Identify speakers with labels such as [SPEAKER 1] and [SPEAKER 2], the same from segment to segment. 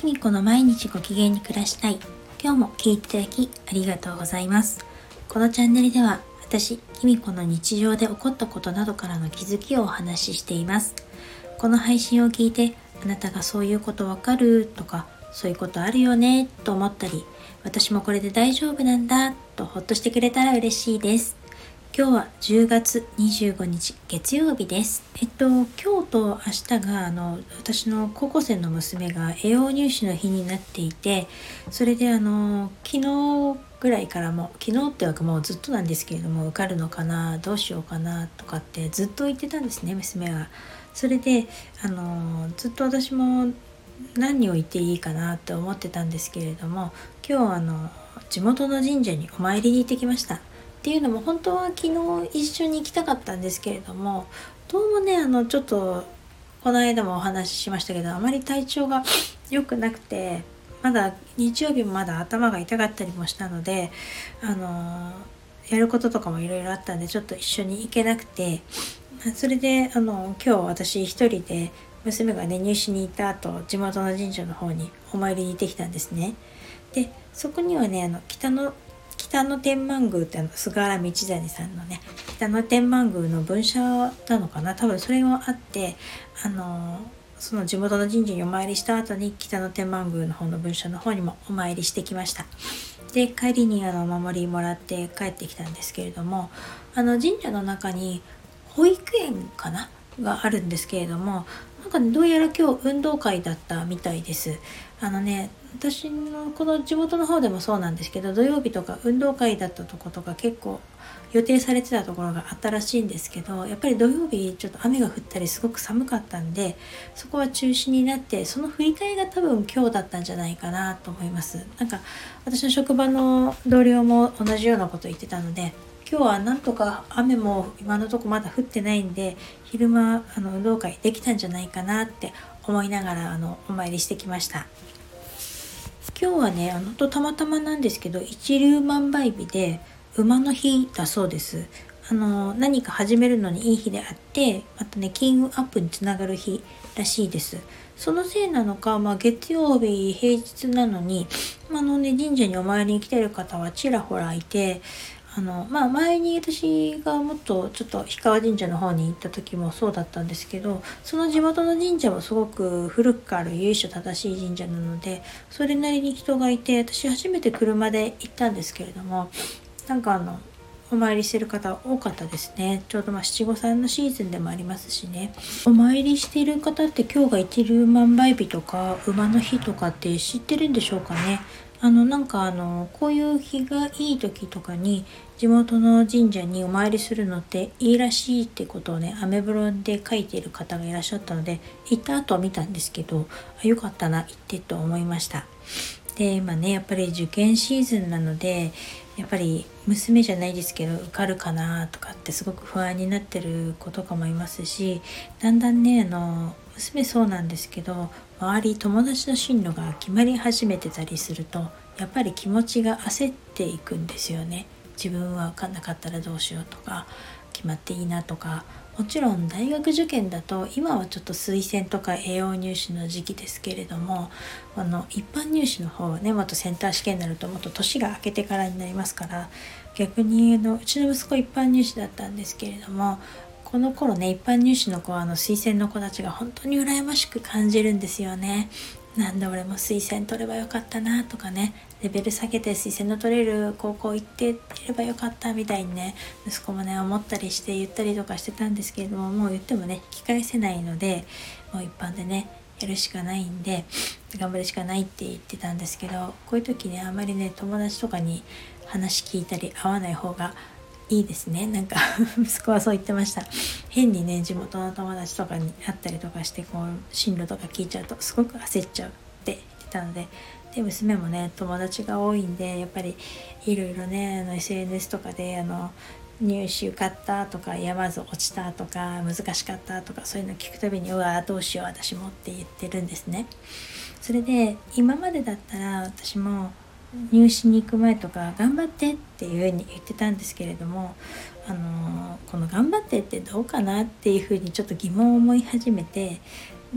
[SPEAKER 1] きみこの毎日ご機嫌に暮らしたい。今日も聞いていただきありがとうございます。このチャンネルでは私きみこの日常で起こったことなどからの気づきをお話ししています。この配信を聞いてあなたがそういうことわかるとか、そういうことあるよねと思ったり、私もこれで大丈夫なんだとほっとしてくれたら嬉しいです。今日は10月25日月曜日です。今日と明日が私の高校生の娘が栄養入試の日になっていて、それで昨日ぐらいからも昨日ってわけもうずっとなんですけれども、受かるのかなどうしようかなとかってずっと言ってたんですね、娘は。それでずっと私も何を言っていいかなって思ってたんですけれども、今日地元の神社にお参りに行ってきました。っていうのも本当は昨日一緒に行きたかったんですけれども、どうもねちょっとこの間もお話ししましたけど、あまり体調が良くなくて、まだ日曜日もまだ頭が痛かったりもしたので、やることとかもいろいろあったんでちょっと一緒に行けなくて、それで今日私一人で娘がね入試に行った後、地元の神社の方にお参りに行ってきたんですね。でそこにはね北野天満宮って菅原道真さんのね北野天満宮の分社なのかな、多分それもあって、その地元の神社にお参りした後に北野天満宮の方の分社の方にもお参りしてきました。で帰りにお守りもらって帰ってきたんですけれども、神社の中に保育園かながあるんですけれども、なんかねどうやら今日運動会だったみたいです。私のこの地元の方でもそうなんですけど、土曜日とか運動会だったとことか結構予定されてたところがあったらしいんですけど、やっぱり土曜日ちょっと雨が降ったりすごく寒かったんで、そこは中止になって、その振り替えが多分今日だったんじゃないかなと思います。なんか私の職場の同僚も同じようなこと言ってたので、今日はなんとか雨も今のとこまだ降ってないんで、昼間運動会できたんじゃないかなって思いながらお参りしてきました。今日はねたまたまなんですけど、一粒万倍日で馬の日だそうです。何か始めるのにいい日であって、またね金運アップにつながる日らしいです。そのせいなのか、月曜日平日なのに神社にお参りに来てる方はちらほらいて、前に私がもっとちょっと氷川神社の方に行った時もそうだったんですけど、その地元の神社もすごく古くから由緒正しい神社なので、それなりに人がいて、私初めて車で行ったんですけれども、なんかお参りしてる方多かったですね。ちょうど七五三のシーズンでもありますしね。お参りしている方って今日が一粒万倍日とか馬の日とかって知ってるんでしょうかね。こういう日がいい時とかに地元の神社にお参りするのっていいらしいってことをね、アメブロで書いている方がいらっしゃったので、行った後は見たんですけど、よかったな行ってと思いました。で今ねやっぱり受験シーズンなので、やっぱり娘じゃないですけど受かるかなとかってすごく不安になってる子とかもいますし、だんだんね娘そうなんですけど、周り友達の進路が決まり始めてたりすると、やっぱり気持ちが焦っていくんですよね。自分は分かんなかったらどうしようとか、決まっていいなとか。もちろん大学受験だと今はちょっと推薦とか栄養入試の時期ですけれども、一般入試の方はねもっとセンター試験になるともっと年が明けてからになりますから、逆にうちの息子一般入試だったんですけれども、この頃ね一般入試の子は推薦の子たちが本当に羨ましく感じるんですよね。なんで俺も推薦取ればよかったなとかね、レベル下げて推薦の取れる高校行っていればよかったみたいにね、息子もね思ったりして言ったりとかしてたんですけれども、もう言ってもね引き返せないので、もう一般でねやるしかないんで頑張るしかないって言ってたんですけど、こういう時ねあまりね友達とかに話聞いたり会わない方がいいですね。なんか息子はそう言ってました。変にね地元の友達とかに会ったりとかして進路とか聞いちゃうとすごく焦っちゃうって言ってたので、娘もね友達が多いんで、やっぱりいろいろねSNS とかで入試受かったとか、まず落ちたとか難しかったとか、そういうの聞くたびにうわどうしよう私もって言ってるんですね。それで今までだったら私も入試に行く前とか頑張ってっていう風に言ってたんですけれども、この頑張ってってどうかなっていう風にちょっと疑問を思い始めて、だって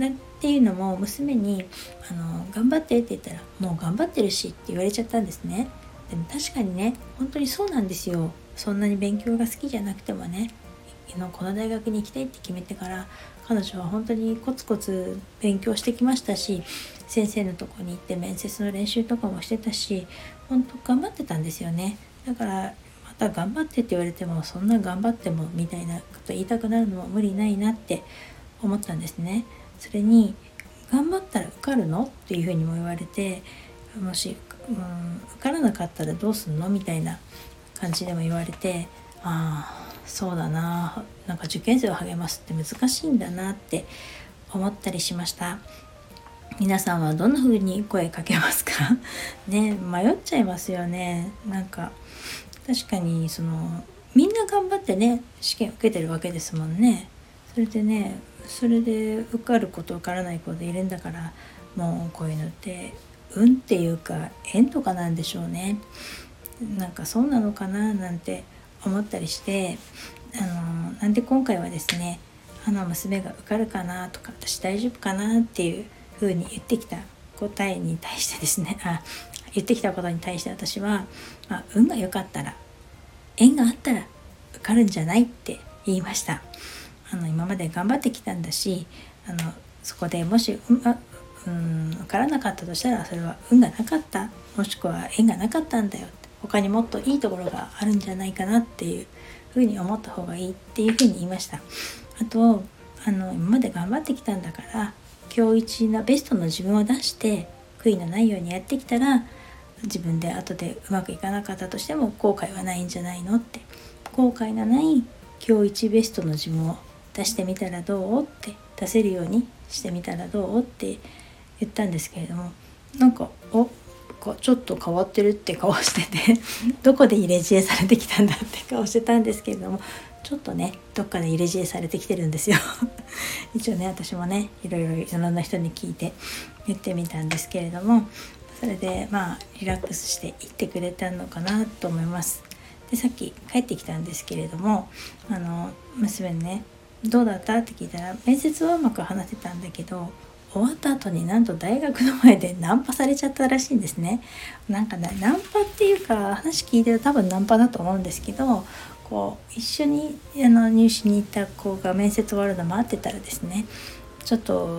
[SPEAKER 1] っていうのも娘に頑張ってって言ったら、もう頑張ってるしって言われちゃったんですね。でも確かにね、本当にそうなんですよ。そんなに勉強が好きじゃなくてもね、この大学に行きたいって決めてから彼女は本当にコツコツ勉強してきましたし、先生のとこに行って面接の練習とかもしてたし、本当頑張ってたんですよね。だからまた頑張ってって言われても、そんな頑張ってもみたいなこと言いたくなるのも無理ないなって思ったんですね。それに頑張ったら受かるのっていうふうにも言われて、もし、受からなかったらどうすんのみたいな感じでも言われて、そうだな、なんか受験生を励ますって難しいんだなって思ったりしました。皆さんはどんな風に声かけますかね、迷っちゃいますよね。なんか確かにみんな頑張ってね、試験受けてるわけですもんね。それで受かること受からないこといるんだから、もうこういうのって運っていうか縁とかなんでしょうね。なんかそうなのかななんて思ったりして、なんで今回はですね、娘が受かるかなとか、私大丈夫かなっていう風に言ってきた答えに対してですね、言ってきたことに対して私は、運が良かったら、縁があったら受かるんじゃないって言いました。今まで頑張ってきたんだし、そこでもし受からなかったとしたら、それは運がなかった、もしくは縁がなかったんだよ、他にもっといいところがあるんじゃないかなっていうふうに思った方がいいっていうふうに言いました。あと今まで頑張ってきたんだから、今日一なベストの自分を出して悔いのないようにやってきたら、自分で後でうまくいかなかったとしても後悔はないんじゃないのって、後悔のない今日一ベストの自分を出してみたらどうって出せるようにしてみたらどうって言ったんですけれども、なんかちょっと変わってるって顔しててどこで入れ知恵されてきたんだって顔してたんですけれども、ちょっとねどっかで入れ知恵されてきてるんですよ一応ね、私もねいろんな人に聞いて言ってみたんですけれども、それでリラックスして言ってくれたのかなと思います。でさっき帰ってきたんですけれども、娘にねどうだったって聞いたら、面接はうまく話せたんだけど、終わった後になんと大学の前でナンパされちゃったらしいんですね。なんかね、ナンパっていうか話聞いてると多分ナンパだと思うんですけど、一緒に入試に行った子が面接終わるの待ってたらですね、ちょっと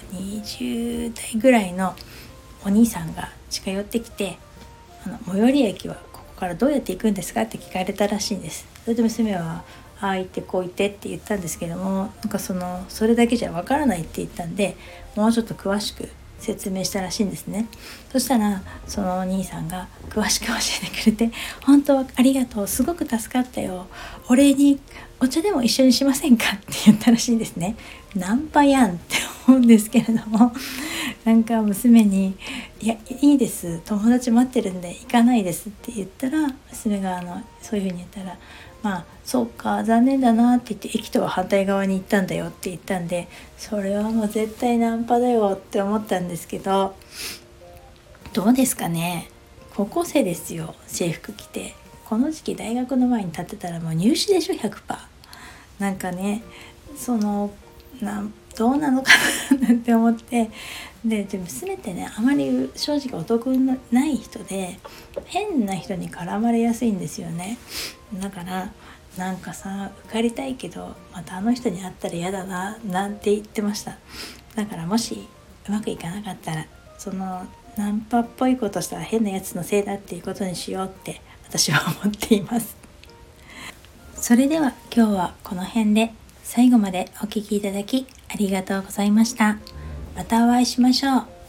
[SPEAKER 1] 20代ぐらいのお兄さんが近寄ってきて、最寄り駅はここからどうやって行くんですかって聞かれたらしいんです。それで娘は行ってこう行ってって言ったんですけども、なんかそれだけじゃわからないって言ったんで、もうちょっと詳しく説明したらしいんですね。そしたらそのお兄さんが詳しく教えてくれて、本当ありがとう、すごく助かったよ、お礼にお茶でも一緒にしませんかって言ったらしいんですね。ナンパやんって思うんですけれども、なんか娘にいやいいです、友達待ってるんで行かないですって言ったら、娘がそういうふうに言ったら、そうか残念だなって言って、駅とは反対側に行ったんだよって言ったんで、それはもう絶対ナンパだよって思ったんですけど、どうですかね。高校生ですよ、制服着てこの時期大学の前に立ってたらもう入試でしょ 100%。 なんかね、どうなのかななんて思って、で娘ってね、あまり正直お得のない人で、変な人に絡まれやすいんですよね。だからなんかさ、受かりたいけどまたあの人に会ったら嫌だななんて言ってました。だからもしうまくいかなかったら、ナンパっぽいことしたら変なやつのせいだっていうことにしようって私は思っています。それでは今日はこの辺で、最後までお聞きいただきありがとうございました。またお会いしましょう。